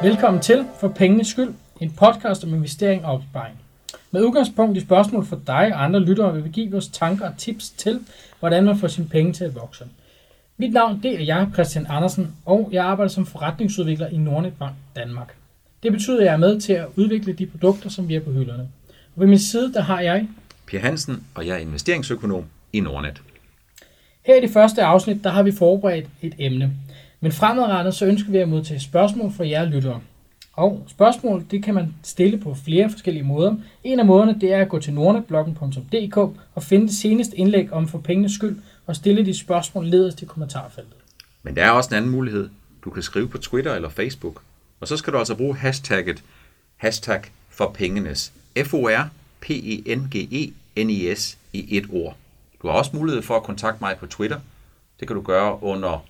Velkommen til For Pengenes Skyld, en podcast om investering og opsparing. Med udgangspunkt i spørgsmål fra dig og andre lyttere vil vi give vores tanker og tips til, hvordan man får sine penge til at vokse. Mit navn det er jeg, Christian Andersen, og jeg arbejder som forretningsudvikler i Nordnet Bank Danmark. Det betyder, at jeg er med til at udvikle de produkter, som vi er på hylderne. Og ved min side, der har jeg Per Hansen, og jeg er investeringsøkonom i Nordnet. Her i det første afsnit, der har vi forberedt et emne. Men fremadrettet så ønsker vi at modtage spørgsmål fra jer lyttere. Og spørgsmål, det kan man stille på flere forskellige måder. En af måderne, det er at gå til nordnetbloggen.dk og finde det seneste indlæg om For Pengenes Skyld og stille de spørgsmål nederst i kommentarfeltet. Men der er også en anden mulighed. Du kan skrive på Twitter eller Facebook. Og så skal du altså bruge hashtag forpengenes. FORPENGENES i et ord. Du har også mulighed for at kontakte mig på Twitter. Det kan du gøre under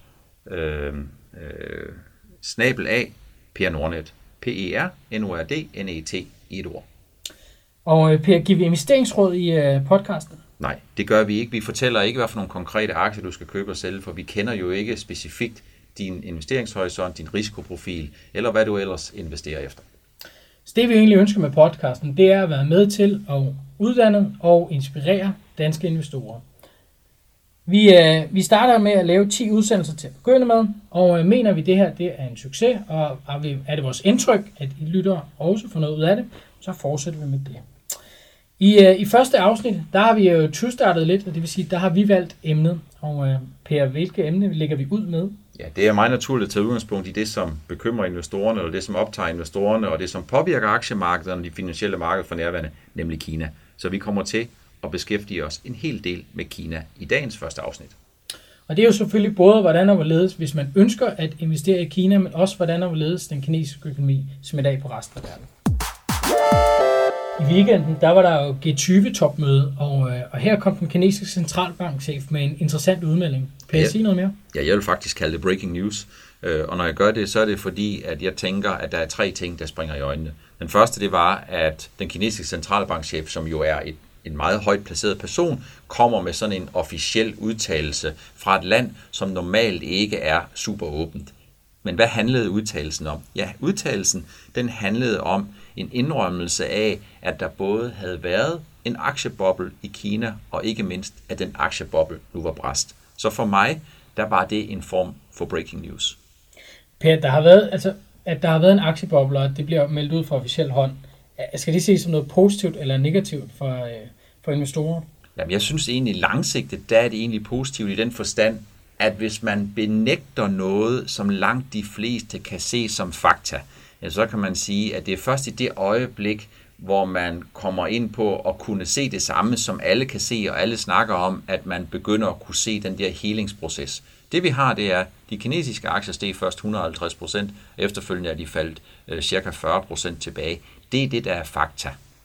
@ Per Nordnet. PERNORDNET i et ord. Og Per, giver vi investeringsråd i podcasten? Nej, det gør vi ikke. Vi fortæller ikke, hvad for nogle konkrete aktier, du skal købe og sælge, for vi kender jo ikke specifikt din investeringshorisont, din risikoprofil, eller hvad du ellers investerer efter. Så det vi egentlig ønsker med podcasten, det er at være med til at uddanne og inspirere danske investorer. Vi starter med at lave 10 udsendelser til at begynde med, og mener vi det her det er en succes, og er det vores indtryk, at I lytter også får noget ud af det, så fortsætter vi med det. I første afsnit, der har vi jo two-startet lidt, og det vil sige, der har vi valgt emnet. Og Per, hvilke emne lægger vi ud med? Ja, det er meget naturligt at tage udgangspunkt i det, som bekymrer investorerne, eller det, som optager investorerne, og det, som påvirker aktiemarkederne og de finansielle markeder for nærværende, nemlig Kina. Så vi kommer til at beskæftige os en hel del med Kina i dagens første afsnit. Og det er jo selvfølgelig både, hvordan og hvorledes, hvis man ønsker at investere i Kina, men også hvordan og hvorledes den kinesiske økonomi smitter af på resten af verden. I weekenden, der var der jo G20-topmøde, og her kom den kinesiske centralbankchef med en interessant udmelding. Kan jeg sige noget mere? Ja, jeg vil faktisk kalde det breaking news. Og når jeg gør det, så er det fordi, at jeg tænker, at der er 3 ting, der springer i øjnene. Den første, det var, at den kinesiske centralbankchef, som jo er en meget højt placeret person, kommer med sådan en officiel udtalelse fra et land, som normalt ikke er super åbent. Men hvad handlede udtalelsen om? Ja, udtalelsen den handlede om en indrømmelse af, at der både havde været en aktieboble i Kina, og ikke mindst, at den aktieboble nu var brast. Så for mig, der var det en form for breaking news. Per, der har været en aktieboble, og det bliver meldt ud fra officiel hånd. Skal det ses som noget positivt eller negativt for investorer? Jamen, jeg synes egentlig langsigtet, der er det egentlig positivt i den forstand, at hvis man benægter noget, som langt de fleste kan se som fakta, ja, så kan man sige, at det er først i det øjeblik, hvor man kommer ind på at kunne se det samme, som alle kan se, og alle snakker om, at man begynder at kunne se den der helingsproces. Det vi har, det er, de kinesiske aktier steg først 150%, efterfølgende er de faldt cirka 40% tilbage. Det er det, der er fakta.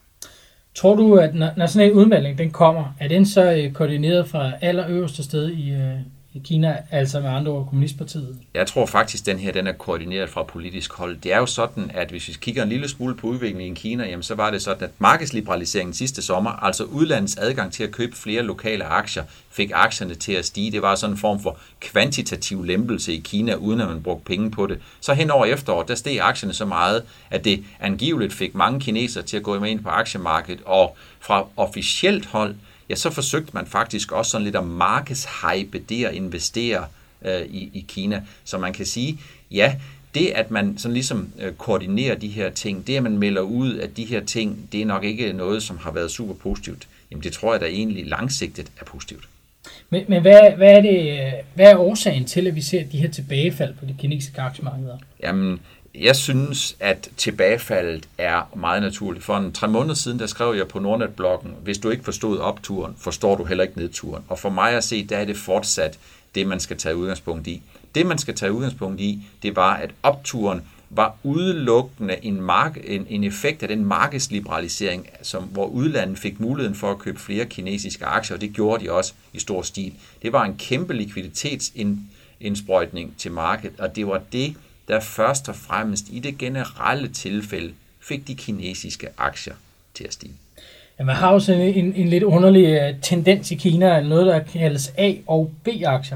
Tror du, at når sådan en udmelding den kommer, er den så koordineret fra allerøverste sted i Kina, altså med andre ord kommunistpartiet? Jeg tror faktisk, den er koordineret fra politisk hold. Det er jo sådan, at hvis vi kigger en lille smule på udviklingen i Kina, jamen så var det sådan, at markedsliberaliseringen sidste sommer, altså udlandets adgang til at købe flere lokale aktier, fik aktierne til at stige. Det var sådan en form for kvantitativ lempelse i Kina, uden at man brugte penge på det. Så hen over efteråret, der steg aktierne så meget, at det angiveligt fik mange kinesere til at gå med ind på aktiemarkedet, og fra officielt hold, ja, så forsøgte man faktisk også sådan lidt at markedshype det at investere i Kina. Så man kan sige, ja, det at man sådan ligesom koordinerer de her ting, det at man melder ud, at de her ting, det er nok ikke noget, som har været super positivt. Jamen det tror jeg da egentlig langsigtet er positivt. Men hvad er årsagen til, at vi ser de her tilbagefald på de kinesiske aktiemarkeder? Jamen, jeg synes, at tilbagefaldet er meget naturligt. For 3 måneder siden, der skrev jeg på Nordnet-bloggen, hvis du ikke forstod opturen, forstår du heller ikke nedturen. Og for mig at se, der er det fortsat det, man skal tage udgangspunkt i. Det, man skal tage udgangspunkt i, det var, at opturen var udelukkende en effekt af den markedsliberalisering, hvor udlandet fik muligheden for at købe flere kinesiske aktier, og det gjorde de også i stor stil. Det var en kæmpe likviditetsindsprøjtning til markedet, og det var det, der først og fremmest i det generelle tilfælde fik de kinesiske aktier til at stige. Ja, man har jo sådan en lidt underlig tendens i Kina, noget der kaldes A- og B-aktier,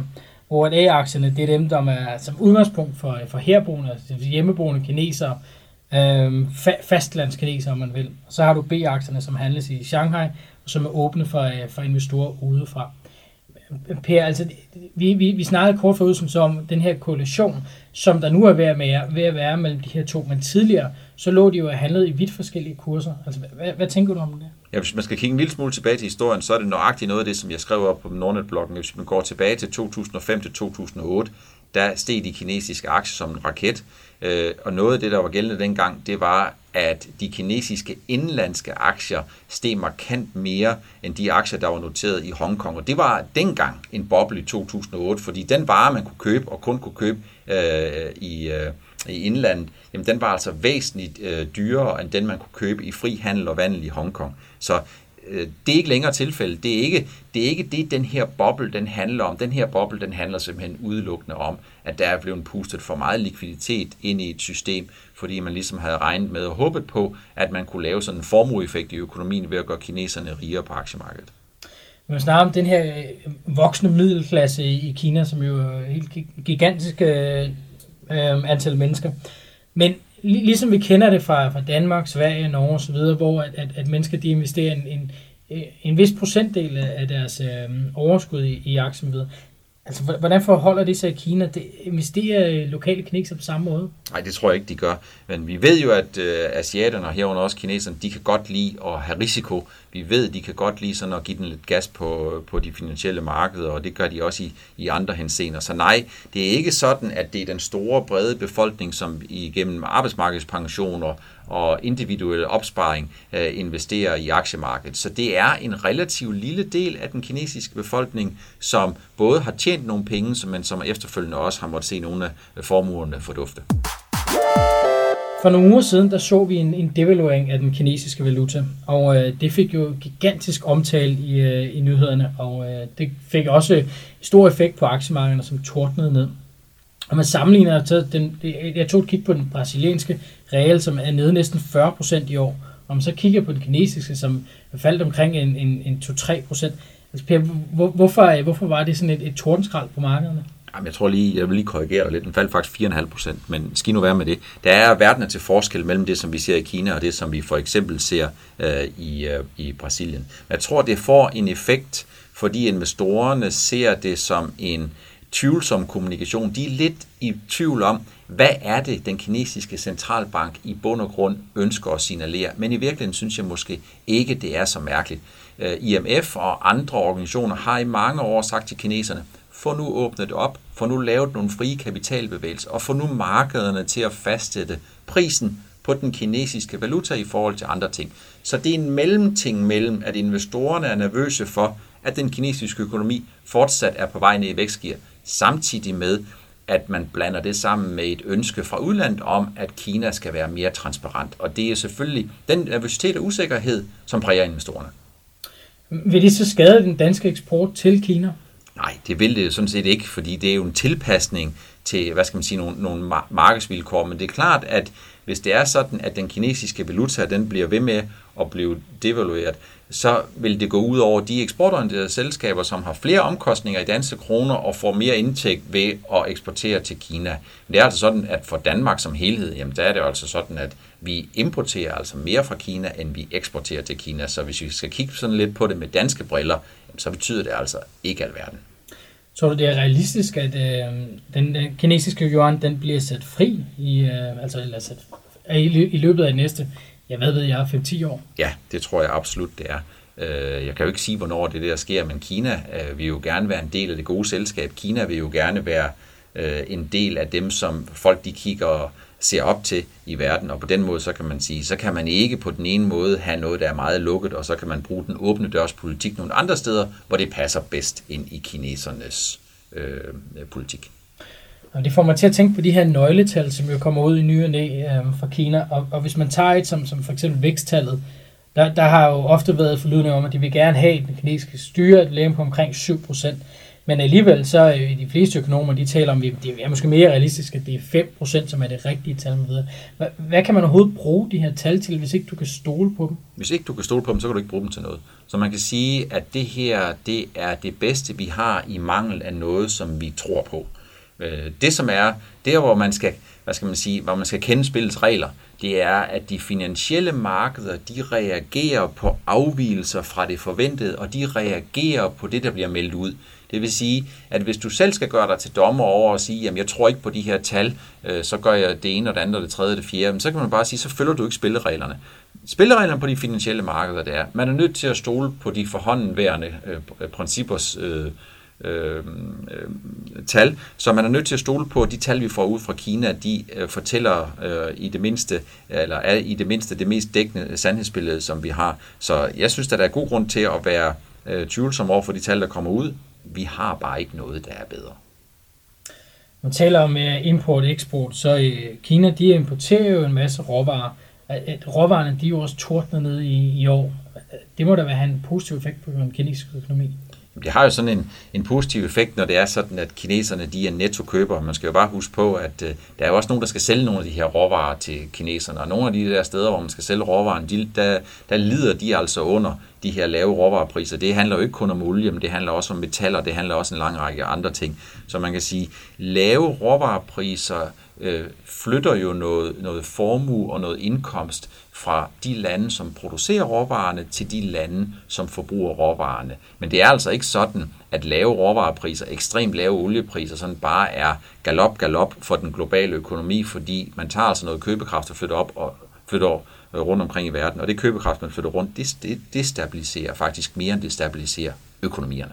hvor A-aktierne, det er dem, der er som udgangspunkt for herboende, altså hjemmeboende kinesere, fastlandskinesere, om man vil. Og så har du B-aktierne, som handles i Shanghai, og som er åbne for investorer udefra. Per, altså, vi snakkede kort forud om den her koalition, som der nu er ved at være mellem de her to, men tidligere, så lå de jo handlet i vidt forskellige kurser. Altså, hvad tænker du om det? Ja, hvis man skal kigge en lille smule tilbage til historien, så er det nøjagtigt noget af det, som jeg skrev op på Nordnet-bloggen. Hvis man går tilbage til 2005 til 2008, der steg de kinesiske aktier som en raket. Og noget af det, der var gældende dengang, det var, at de kinesiske indlandske aktier steg markant mere end de aktier, der var noteret i Hongkong. Og det var dengang en boble i 2008, fordi den vare, man kunne købe og kun kunne købe i indlandet, jamen den var altså væsentligt dyrere end den, man kunne købe i fri handel og vandel i Hongkong. Så det er ikke længere tilfælde. Det er ikke det, den her boble, den handler om. Den her boble, den handler simpelthen udelukkende om, at der er blevet pustet for meget likviditet ind i et system, fordi man ligesom havde regnet med og håbet på, at man kunne lave sådan en formueeffekt i økonomien ved at gøre kineserne rigere på aktiemarkedet. Man snakker om den her voksende middelklasse i Kina, som jo er helt gigantisk antal mennesker. Men ligesom vi kender det fra Danmark, Sverige, Norge osv., hvor at mennesker de investerer en vis procentdel af deres overskud i aktier. Altså, hvordan forholder det sig i Kina? Det investerer lokale kinesere på samme måde? Nej, det tror jeg ikke, de gør. Men vi ved jo, at asiaterne og herunder også kineserne, de kan godt lide at have risiko. Vi ved, de kan godt lide sådan at give den lidt gas på de finansielle markeder, og det gør de også i andre henseender. Så nej, det er ikke sådan, at det er den store, brede befolkning, som igennem arbejdsmarkedspensioner og individuel opsparing investerer i aktiemarkedet. Så det er en relativt lille del af den kinesiske befolkning, som både har tjent nogle penge, men som efterfølgende også har måttet se nogle af formuerne fordufte. For nogle uger siden, der så vi en devaluering af den kinesiske valuta, og det fik jo gigantisk omtale i nyhederne, og det fik også stor effekt på aktiemarkederne, som tordnede ned. Og man sammenligner, jeg tog et kig på den brasilianske real, som er nede næsten 40% i år, og man så kigger på den kinesiske, som faldt omkring en 2-3%. Altså Per, hvorfor var det sådan et tordenskrald på markederne? Jamen, jeg vil lige korrigere dig lidt. Den faldt faktisk 4,5%, men skal nu være med det. Der er verdener til forskel mellem det, som vi ser i Kina, og det, som vi for eksempel ser i Brasilien. Jeg tror, det får en effekt, fordi investorerne ser det som en tvivlsom kommunikation. De er lidt i tvivl om, hvad er det, den kinesiske centralbank i bund og grund ønsker at signalere. Men i virkeligheden synes jeg måske ikke, det er så mærkeligt. IMF og andre organisationer har i mange år sagt til kineserne, få nu åbnet op, få nu lavet nogle frie kapitalbevægelser, og få nu markederne til at fastsætte prisen på den kinesiske valuta i forhold til andre ting. Så det er en mellemting mellem, at investorerne er nervøse for, at den kinesiske økonomi fortsat er på vej ned i vækstgear, samtidig med, at man blander det sammen med et ønske fra udlandet om, at Kina skal være mere transparent. Og det er selvfølgelig den nervøsitet og usikkerhed, som præger investorerne. Vil det så skade den danske eksport til Kina? Nej, det vil det sådan set ikke, fordi det er jo en tilpasning til, nogle markedsvilkår. Men det er klart, at hvis det er sådan, at den kinesiske valuta, den bliver ved med at blive devalueret, så vil det gå ud over de eksportorienterede selskaber, som har flere omkostninger i danske kroner og får mere indtægt ved at eksportere til Kina. Men det er altså sådan, at for Danmark som helhed, jamen der er det altså sådan, at vi importerer altså mere fra Kina, end vi eksporterer til Kina. Så hvis vi skal kigge sådan lidt på det med danske briller, så betyder det altså ikke alverden. Tror du, det er realistisk, at den kinesiske yuan, den bliver sat fri i løbet af næste, hvad ved jeg, 5-10 år? Ja, det tror jeg absolut, det er. Jeg kan jo ikke sige, hvornår det der sker, men Kina vil jo gerne være en del af det gode selskab. Kina vil jo gerne være en del af dem, som folk de kigger og ser op til i verden, og på den måde, så kan man sige, så kan man ikke på den ene måde have noget, der er meget lukket, og så kan man bruge den åbne dørs politik nogle andre steder, hvor det passer bedst ind i kinesernes politik. Og det får mig til at tænke på de her nøgletal, som jo kommer ud i ny og næ fra Kina, og hvis man tager et som for eksempel væksttallet, der har jo ofte været forlydende om, at de vil gerne have den kinesiske styre at leve på omkring 7%. Men alligevel så de fleste økonomer, de taler om, at det er måske mere realistisk, at det er 5%, som er det rigtige tal med videre. Hvad kan man overhovedet bruge de her tal til, hvis ikke du kan stole på dem? Hvis ikke du kan stole på dem, så kan du ikke bruge dem til noget. Så man kan sige, at det her, det er det bedste, vi har i mangel af noget, som vi tror på. Det som er, der hvor man skal, hvor man skal kende spillets regler, det er, at de finansielle markeder, de reagerer på afvigelser fra det forventede, og de reagerer på det, der bliver meldt ud. Det vil sige, at hvis du selv skal gøre dig til dommer over og sige, jamen jeg tror ikke på de her tal, så gør jeg det ene og det andet og det tredje og det fjerde, men så kan man bare sige, så følger du ikke spillereglerne. Spillereglerne på de finansielle markeder, det er, man er nødt til at stole på de forhåndenværende princippers tal, så man er nødt til at stole på, at de tal, vi får ud fra Kina, de fortæller i det mindste, eller er i det mindste det mest dækkende sandhedsbillede, som vi har. Så jeg synes, at der er god grund til at være tvivlsom over for de tal, der kommer ud. Vi har bare ikke noget, der er bedre. Man taler om import og eksport, så Kina, de importerer jo en masse råvarer. Råvarerne, de er jo også tordnet ned i år. Det må da være en positiv effekt på den kinesiske økonomi. Det har jo sådan en positiv effekt, når det er sådan, at kineserne, de er nettokøbere. Man skal jo bare huske på, at der er jo også nogen, der skal sælge nogle af de her råvarer til kineserne. Og nogle af de der steder, hvor man skal sælge råvarerne, der lider de altså under de her lave råvarepriser. Det handler jo ikke kun om olie, men det handler også om metaller, det handler også om en lang række andre ting. Så man kan sige, lave råvarepriser flytter jo noget formue og noget indkomst fra de lande, som producerer råvarerne, til de lande, som forbruger råvarerne. Men det er altså ikke sådan, at lave råvarepriser, ekstremt lave oliepriser, sådan bare er galop for den globale økonomi, fordi man tager altså noget købekraft og flytter rundt omkring i verden, og det købekraft, man flytter rundt, det destabiliserer faktisk mere, end det stabiliserer økonomierne.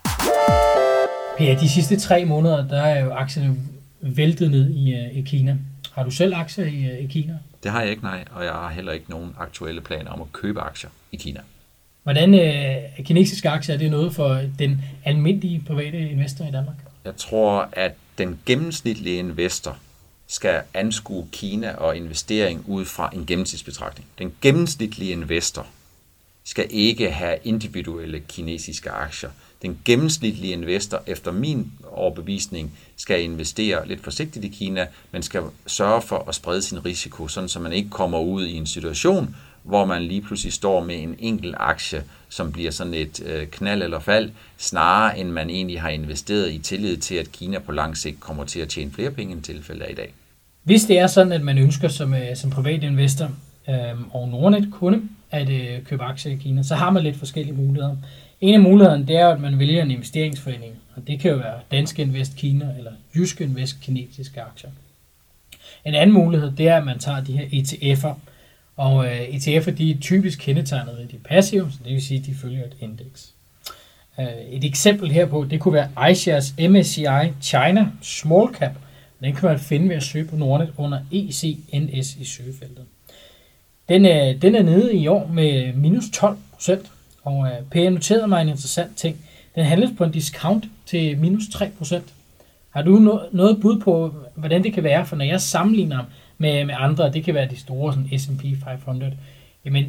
Ja, de sidste 3 måneder, der er jo aktierne væltet ned i Kina. Har du selv aktier i Kina? Det har jeg ikke, nej, og jeg har heller ikke nogen aktuelle planer om at købe aktier i Kina. Hvordan kinesiske aktier, er det noget for den almindelige private investor i Danmark? Jeg tror, at den gennemsnitlige investor skal anskue Kina og investering ud fra en gennemsnitsbetragtning. Den gennemsnitlige investor skal ikke have individuelle kinesiske aktier. Den gennemsnitlige investor, efter min overbevisning, skal investere lidt forsigtigt i Kina, men skal sørge for at sprede sin risiko, sådan så man ikke kommer ud i en situation, hvor man lige pludselig står med en enkelt aktie, som bliver sådan et knald eller fald, snarere end man egentlig har investeret i tillid til, at Kina på lang sigt kommer til at tjene flere penge, end tilfældet er i dag. Hvis det er sådan, at man ønsker som privat investor og Nordnet kunde at købe aktier i Kina, så har man lidt forskellige muligheder. En af mulighederne, det er, at man vælger en investeringsforening, og det kan jo være Danske Invest Kina eller Jyske Invest kinesiske aktier. En anden mulighed, det er, at man tager de her ETF'er, og ETF'er, de er typisk kendetegnet ved, de er passive, så det vil sige, at de følger et indeks. Et eksempel herpå, det kunne være iShares MSCI China Small Cap. Den kan man finde ved at søge på Nordnet under ECNS i søgefeltet. Den er nede i år med minus 12%, og Per noterede mig en interessant ting. Den handles på en discount til minus 3%. Har du noget bud på, hvordan det kan være? For når jeg sammenligner med andre, det kan være de store, sådan S&P 500, jamen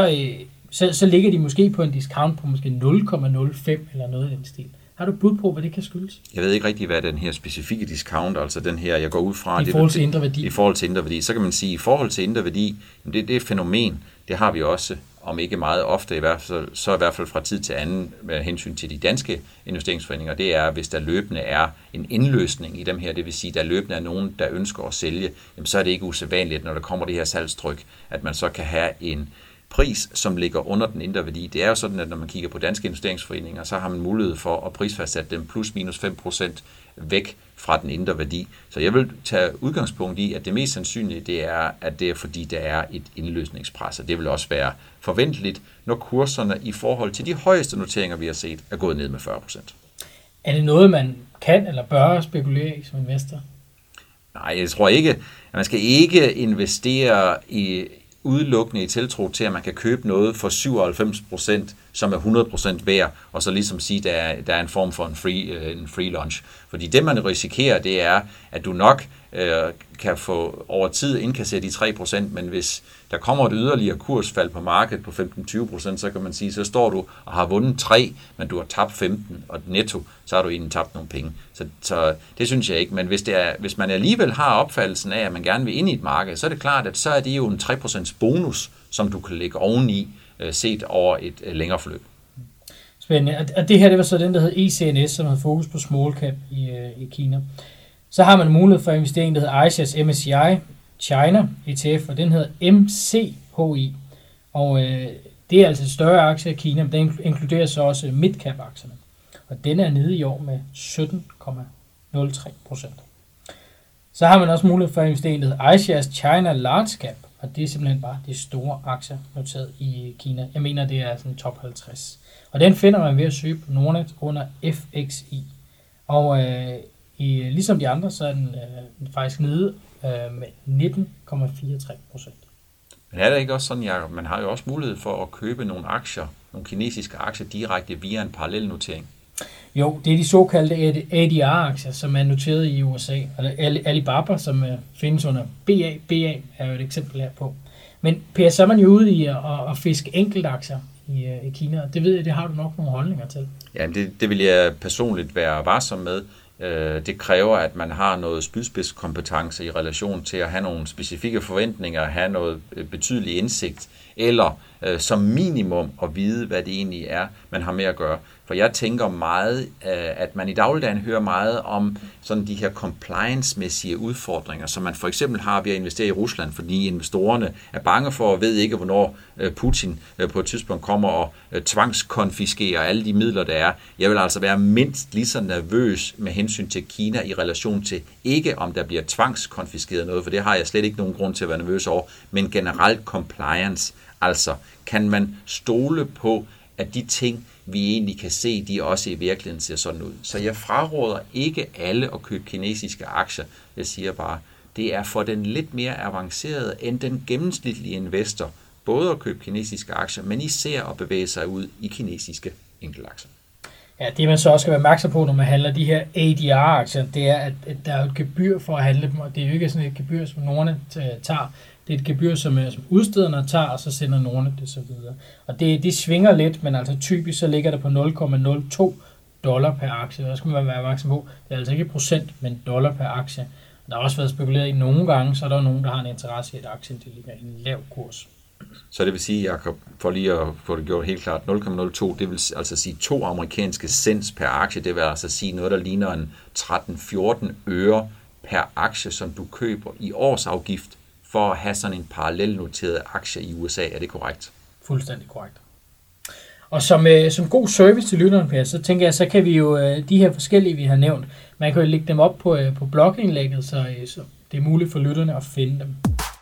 så ligger de måske på en discount på måske 0,05 eller noget i den stil. Har du bud på, hvad det kan skyldes? Jeg ved ikke rigtig, hvad den her specifikke discount, altså den her, jeg går ud fra... I forhold til indre værdi. I forhold til indre værdi. Så kan man sige, i forhold til indre værdi, det er et fænomen, det har vi også, om ikke meget ofte, så i hvert fald fra tid til anden med hensyn til de danske investeringsforeninger, det er, hvis der løbende er en indløsning i dem her, det vil sige, der løbende er nogen, der ønsker at sælge, jamen, så er det ikke usædvanligt, når der kommer det her salgstryk, at man så kan have en pris, som ligger under den indre værdi. Det er jo sådan, at når man kigger på danske investeringsforeninger, så har man mulighed for at prisfastsætte dem plus minus 5% væk fra den indre værdi. Så jeg vil tage udgangspunkt i, at det mest sandsynlige, det er, at det er fordi, der er et indløsningspres, og det vil også være forventeligt, når kurserne i forhold til de højeste noteringer, vi har set, er gået ned med 40%. Er det noget, man kan eller bør spekulere i som investor? Nej, jeg tror ikke, at man skal ikke investere udelukkende i tiltro til, at man kan købe noget for 97%, som er 100% værd, og så ligesom sige, at der er en form for en free lunch. Fordi det, man risikerer, det er, at du nok kan få over tid indkassere de 3%, men hvis der kommer et yderligere kursfald på markedet på 15-20%, så kan man sige, så står du og har vundet 3, men du har tabt 15, og netto, så har du egentlig tabt nogle penge. Så det synes jeg ikke, men hvis man alligevel har opfattelsen af, at man gerne vil ind i et marked, så er det klart, at så er det jo en 3% bonus, som du kan lægge oveni, set over et længere forløb. Spændende. Og det her, det var så den, der hedder ECNS, som har fokus på small cap i Kina. Så har man mulighed for investering, der hedder iShares MSCI China ETF, og den hedder MCHI. Og det er altså et større aktie i Kina, men den inkluderer så også midcap-aktierne. Og den er nede i år med 17,03%. Så har man også mulighed for investering, der hedder iShares China Large Cap, og det er simpelthen bare de store aktier noteret i Kina. Jeg mener, det er sådan top 50. Og den finder man ved at søge på Nordnet under FXI. Og ligesom de andre, så er den faktisk nede med 19,43%. Men er det ikke også sådan, Jacob, man har jo også mulighed for at købe nogle aktier, nogle kinesiske aktier direkte via en parallelnotering? Jo, det er de såkaldte ADR-aktier, som er noteret i USA. Alibaba, som findes under BA er jo et eksempel her på. Men Per, så er man jo ude i at fiske enkeltaktier i Kina, og det ved jeg, det har du nok nogle holdninger til. Ja, det vil jeg personligt være varsom med. Det kræver, at man har noget spydspidskompetence i relation til at have nogle specifikke forventninger, have noget betydelig indsigt, eller som minimum at vide, hvad det egentlig er, man har med at gøre. For jeg tænker meget, at man i dagligdagen hører meget om sådan de her compliance-mæssige udfordringer, som man for eksempel har ved at investere i Rusland, fordi investorerne er bange for og ved ikke, hvornår Putin på et tidspunkt kommer og tvangskonfiskerer alle de midler, der er. Jeg vil altså være mindst lige så nervøs med hensyn til Kina i relation til ikke, om der bliver tvangskonfiskeret noget, for det har jeg slet ikke nogen grund til at være nervøs over, men generelt compliance. Altså, kan man stole på, at de ting, vi egentlig kan se, de også i virkeligheden ser sådan ud. Så jeg fraråder ikke alle at købe kinesiske aktier. Jeg siger bare, det er for den lidt mere avancerede end den gennemsnitlige investor, både at købe kinesiske aktier, men især at bevæge sig ud i kinesiske enkeltaktier. Ja, det man så også skal være opmærksom på, når man handler de her ADR-aktier, det er, at der er et gebyr for at handle dem, og det er jo ikke sådan et gebyr, som Nordnet tager. Det er et gebyr, som udstederne tager, og så sender Nordnet det så videre. Og det svinger lidt, men altså typisk så ligger det på $0,02 per aktie. Der skal man være opmærksom på. Det er altså ikke procent, men dollar per aktie. Der har også været spekuleret i nogle gange, så er der nogen, der har en interesse i, at aktien det ligger i en lav kurs. Så det vil sige, Jacob, for lige at få det gjort helt klart, 0,02, det vil altså sige 2 amerikanske cents per aktie. Det vil altså sige noget, der ligner en 13-14 øre per aktie, som du køber i årsafgift for at have sådan en parallelnoteret aktie i USA. Er det korrekt? Fuldstændig korrekt. Og som god service til lytteren, Per, så tænker jeg, så kan vi jo de her forskellige, vi har nævnt, man kan jo lægge dem op på blogindlægget, så det er muligt for lytterne at finde dem.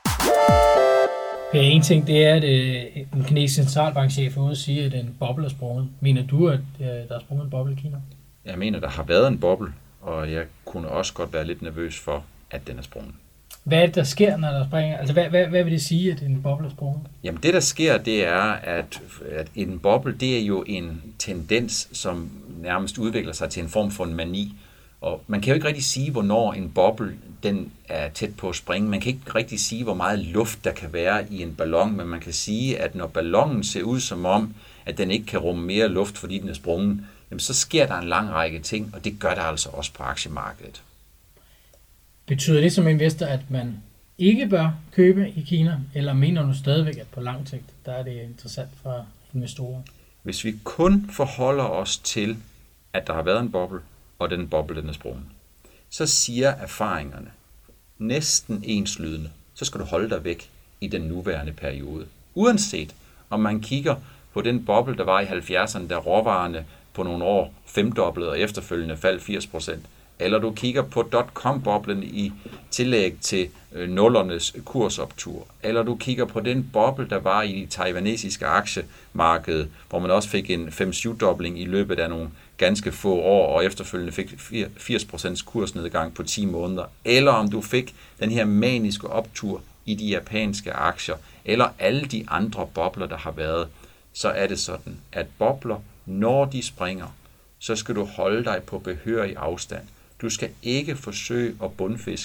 Per, en ting, det er, at en kinesisk centralbankchef er ude og sige, at en boble er sprunget. Mener du, at der er sprunget en boble i Kina? Jeg mener, der har været en boble, og jeg kunne også godt være lidt nervøs for, at den er sprunget. Hvad er det, der sker, når der springer? Altså, hvad vil det sige, at en boble er sprunget? Jamen, det der sker, det er, at en boble, det er jo en tendens, som nærmest udvikler sig til en form for en mani. Og man kan jo ikke rigtig sige, hvornår en boble den er tæt på at springe. Man kan ikke rigtig sige, hvor meget luft der kan være i en ballon, men man kan sige, at når ballonen ser ud som om, at den ikke kan rumme mere luft, fordi den er sprunget, jamen, så sker der en lang række ting, og det gør der altså også på aktiemarkedet. Betyder det som investor, at man ikke bør købe i Kina, eller mener du stadigvæk, at på lang sigt, der er det interessant for investorer? Hvis vi kun forholder os til, at der har været en boble, og den boble, den er sprunget, så siger erfaringerne næsten enslydende, så skal du holde dig væk i den nuværende periode. Uanset om man kigger på den boble, der var i 70'erne, der råvarerne på nogle år femdoblede og efterfølgende faldt 80%, eller du kigger på .com-boblen i tillæg til nullernes kursoptur, eller du kigger på den boble, der var i det taiwanesiske aktiemarked, hvor man også fik en 5-7-dobling i løbet af nogle ganske få år, og efterfølgende fik 80% kursnedgang på 10 måneder, eller om du fik den her maniske optur i de japanske aktier, eller alle de andre bobler, der har været, så er det sådan, at bobler, når de springer, så skal du holde dig på behørig afstand. Du skal ikke forsøge at bundfiske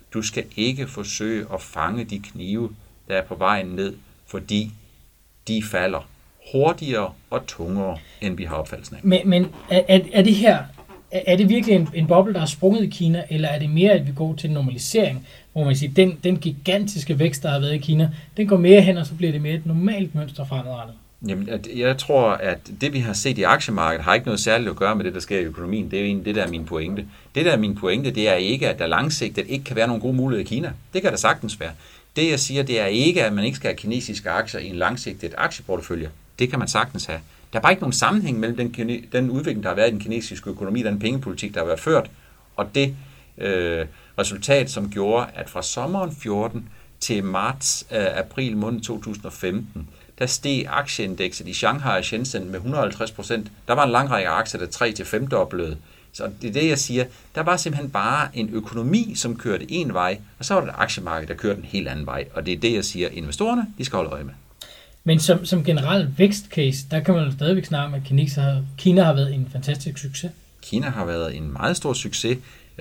Du skal ikke forsøge at fange de knive, der er på vejen ned, fordi de falder hurtigere og tungere, end vi har opfattelsen af. Men er det her, er det virkelig en boble, der er sprunget i Kina, eller er det mere, at vi går til en normalisering, hvor man siger, den gigantiske vækst, der har været i Kina, den går mere hen, og så bliver det mere et normalt mønster fremadrettet? Jamen, jeg tror, at det, vi har set i aktiemarkedet, har ikke noget særligt at gøre med det, der sker i økonomien. Det er jo egentlig det, der er min pointe. Det, der er min pointe, det er ikke, at der langsigtet ikke kan være nogen gode muligheder i Kina. Det kan der sagtens være. Det, jeg siger, det er ikke, at man ikke skal have kinesiske aktier i en langsigtet aktieportefølje. Det kan man sagtens have. Der er bare ikke nogen sammenhæng mellem den udvikling, der har været i den kinesiske økonomi, den pengepolitik, der har været ført, og det resultat, som gjorde, at fra sommeren 14 til april måned 2015, der steg aktieindekset i Shanghai og Shenzhen med 150%. Der var en lang række aktier, der 3-5-doblede. Så det er det, jeg siger. Der var simpelthen bare en økonomi, som kørte en vej, og så var der et aktiemarked, der kørte en helt anden vej. Og det er det, jeg siger, investorerne, de skal holde øje med. Men som generelt vækstcase, der kan man jo stadigvæk snakke om, at Kina har været en fantastisk succes. Kina har været en meget stor succes.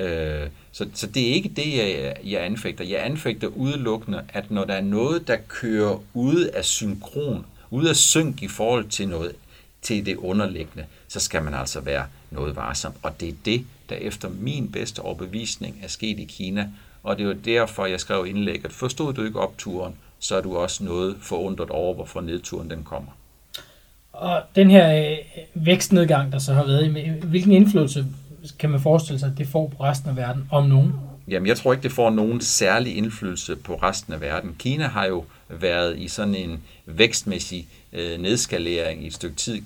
Så det er ikke det, jeg anfægter. Jeg anfægter udelukkende, at når der er noget, der kører ude af synkron, ude af synk i forhold til det underliggende, så skal man altså være noget varsom. Og det er det, der efter min bedste overbevisning er sket i Kina. Og det er jo derfor, jeg skrev indlægget. Forstod du ikke opturen, så er du også noget forundret over, hvorfor nedturen den kommer. Og den her vækstnedgang, der så har været, hvilken indflydelse kan man forestille sig, at det får på resten af verden, om nogen? Jamen, jeg tror ikke, det får nogen særlig indflydelse på resten af verden. Kina har jo været i sådan en vækstmæssig nedskalering i et stykke tid.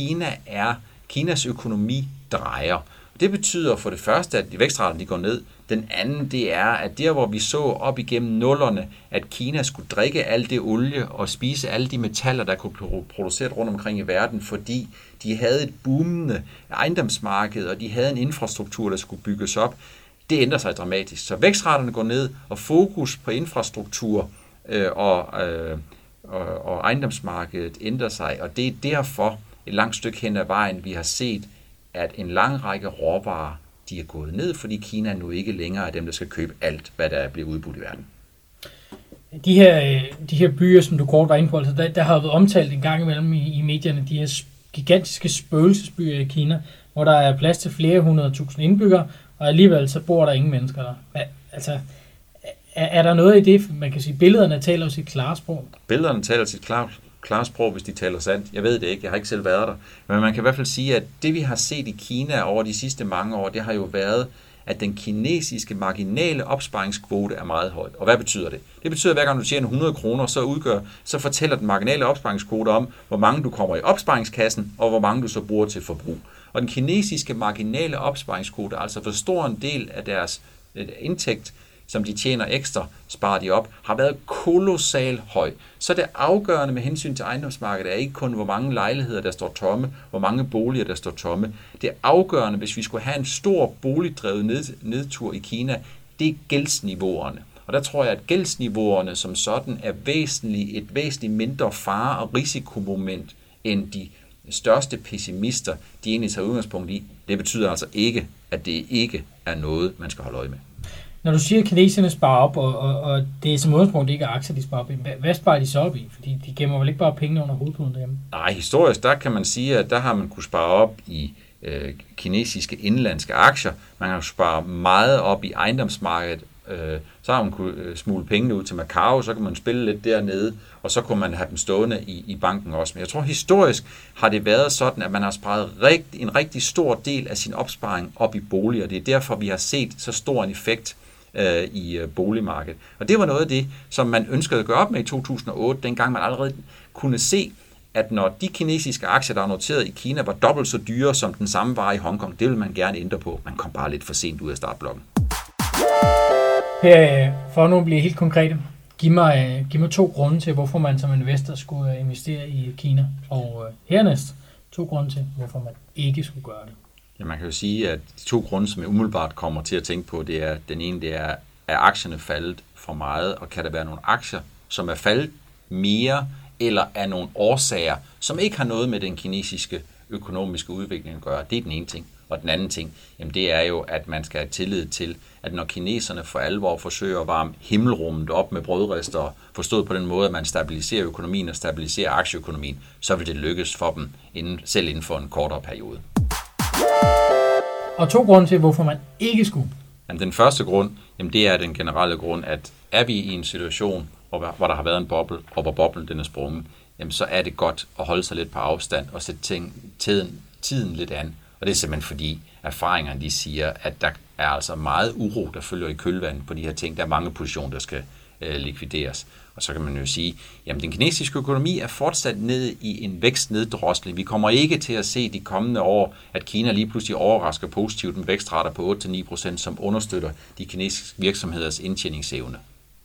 Kinas økonomi drejer. Det betyder for det første, at vækstraterne går ned. Den anden, det er, at der, hvor vi så op igennem nullerne, at Kina skulle drikke alt det olie og spise alle de metaller, der kunne blive produceret rundt omkring i verden, fordi de havde et boomende ejendomsmarked, og de havde en infrastruktur, der skulle bygges op. Det ændrer sig dramatisk. Så vækstraterne går ned, og fokus på infrastruktur og ejendomsmarkedet ændrer sig, og det er derfor et langt stykke hen ad vejen, vi har set, at en lang række råvarer, de er gået ned, fordi Kina nu ikke længere er dem, der skal købe alt, hvad der bliver udbudt i verden. De her byer, som du kort var inde på, altså der har været omtalt en gang imellem i medierne, de her gigantiske spøgelsesbyer i Kina, hvor der er plads til flere 100.000 indbyggere, og alligevel så bor der ingen mennesker der. Altså, er der noget i det, man kan sige, billederne taler sit klare sprog? Billederne taler sit klare sprog, hvis de taler sandt. Jeg ved det ikke, jeg har ikke selv været der. Men man kan i hvert fald sige, at det vi har set i Kina over de sidste mange år, det har jo været, at den kinesiske marginale opsparingskvote er meget høj. Og hvad betyder det? Det betyder, at hver gang du tjener 100 kroner, så fortæller den marginale opsparingskvote om, hvor mange du kommer i opsparingskassen, og hvor mange du så bruger til forbrug. Og den kinesiske marginale opsparingskvote, altså for stor en del af deres indtægt, som de tjener ekstra, sparer de op, har været kolossal høj. Så det afgørende med hensyn til ejendomsmarkedet er ikke kun, hvor mange lejligheder, der står tomme, hvor mange boliger, der står tomme. Det afgørende, hvis vi skulle have en stor boligdrevet nedtur i Kina, det er gældsniveauerne. Og der tror jeg, at gældsniveauerne som sådan er et væsentligt mindre fare- og risikomoment, end de største pessimister, de egentlig tager udgangspunkt i. Det betyder altså ikke, at det ikke er noget, man skal holde øje med. Når du siger, at kineserne sparer op, og det er som udgangspunkt ikke aktier, de sparer op i, hvad sparer de så op i? Fordi de gemmer vel ikke bare pengene under hovedpuden derhjemme? Nej, historisk, der kan man sige, at der har man kunne spare op i kinesiske indlandske aktier. Man har sparet meget op i ejendomsmarkedet. Så har man kunne smule pengene ud til Macau, så kan man spille lidt dernede, og så kunne man have dem stående i banken også. Men jeg tror, historisk har det været sådan, at man har sparet en rigtig stor del af sin opsparing op i boliger. Det er derfor, vi har set så stor en effekt i boligmarkedet. Og det var noget af det, som man ønskede at gøre op med i 2008, dengang man allerede kunne se, at når de kinesiske aktier, der er noteret i Kina, var dobbelt så dyre, som den samme var i Hongkong, det ville man gerne ændre på. Man kom bare lidt for sent ud af startblokken. For nu at blive helt konkret, giv mig 2 grunde til, hvorfor man som investor skulle investere i Kina, og hernæst 2 grunde til, hvorfor man ikke skulle gøre det. Ja, man kan jo sige, at de 2 grunde, som jeg umiddelbart kommer til at tænke på, det er, den ene, det er aktierne faldet for meget, og kan der være nogle aktier, som er faldet mere, eller er nogle årsager, som ikke har noget med den kinesiske økonomiske udvikling at gøre. Det er den ene ting. Og den anden ting, jamen det er jo, at man skal have tillid til, at når kineserne for alvor forsøger at varme himmelrummet op med brødrester, forstået på den måde, at man stabiliserer økonomien og stabiliserer aktieøkonomien, så vil det lykkes for dem selv inden for en kortere periode. Og 2 grunde til, hvorfor man ikke skulle. Jamen, den første grund, jamen det er den generelle grund, at er vi i en situation, hvor der har været en boble, og hvor boblen den er sprunget, jamen så er det godt at holde sig lidt på afstand og sætte tiden lidt an. Og det er simpelthen fordi erfaringerne de siger, at der er altså meget uro, der følger i kølvandet på de her ting. Der er mange positioner, der skal likvideres. Og så kan man jo sige, jamen den kinesiske økonomi er fortsat nede i en vækstneddrosling. Vi kommer ikke til at se de kommende år, at Kina lige pludselig overrasker positivt med vækstrater på 8-9%, som understøtter de kinesiske virksomheders indtjeningsevne.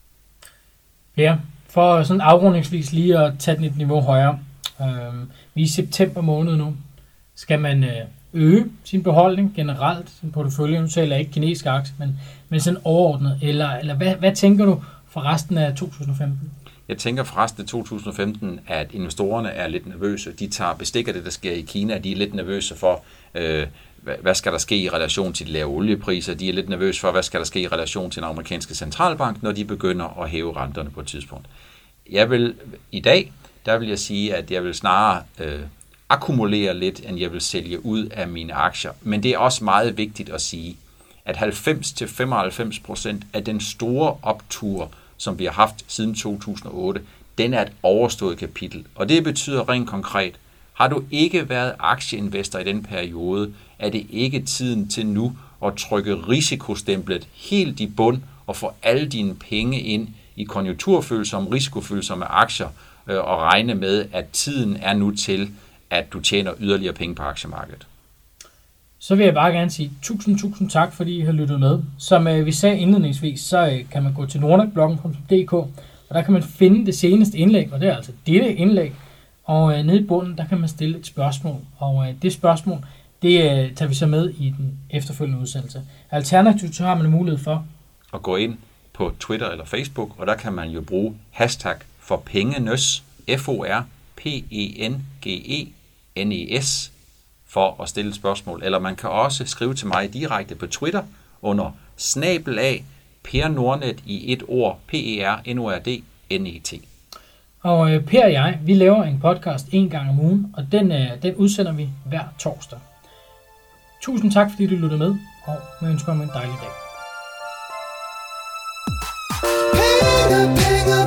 Ja, for sådan afrundingsvis lige at tage den et niveau højere. Vi er i september måned nu. Skal man øge sin beholdning generelt, sin portefølje? Nu taler jeg ikke kinesisk aktie, men sådan overordnet. Eller hvad tænker du for resten af 2015? Jeg tænker for resten af 2015, at investorerne er lidt nervøse. De tager bestik af det, der sker i Kina. De er lidt nervøse for, hvad skal der ske i relation til de lave oliepriser. De er lidt nervøse for, hvad skal der ske i relation til den amerikanske centralbank, når de begynder at hæve renterne på et tidspunkt. I dag, der vil jeg sige, at jeg vil snarere akkumulere lidt, end jeg vil sælge ud af mine aktier. Men det er også meget vigtigt at sige, at 90-95% af den store optur, som vi har haft siden 2008, den er et overstået kapitel. Og det betyder rent konkret, har du ikke været aktieinvestor i den periode, er det ikke tiden til nu at trykke risikostemplet helt i bund og få alle dine penge ind i konjunkturfølsomme, risikofølsomme aktier og regne med, at tiden er nu til, at du tjener yderligere penge på aktiemarkedet. Så vil jeg bare gerne sige tusind tak, fordi I har lyttet med. Som vi sagde indledningsvis, så kan man gå til nordnetbloggen.dk, og der kan man finde det seneste indlæg, og det er altså dette indlæg. Og nede i bunden, der kan man stille et spørgsmål, og det spørgsmål, det tager vi så med i den efterfølgende udsendelse. Alternativt så har man mulighed for at gå ind på Twitter eller Facebook, og der kan man jo bruge hashtag for pengenes, FORPENGENES, for at stille et spørgsmål. Eller man kan også skrive til mig direkte på Twitter under @PerNordnet i et ord, PERNORDNET. Og Per og jeg, vi laver en podcast 1 gang om ugen, og den udsender vi hver torsdag. Tusind tak, fordi du lyttede med, og jeg ønsker dig en dejlig dag.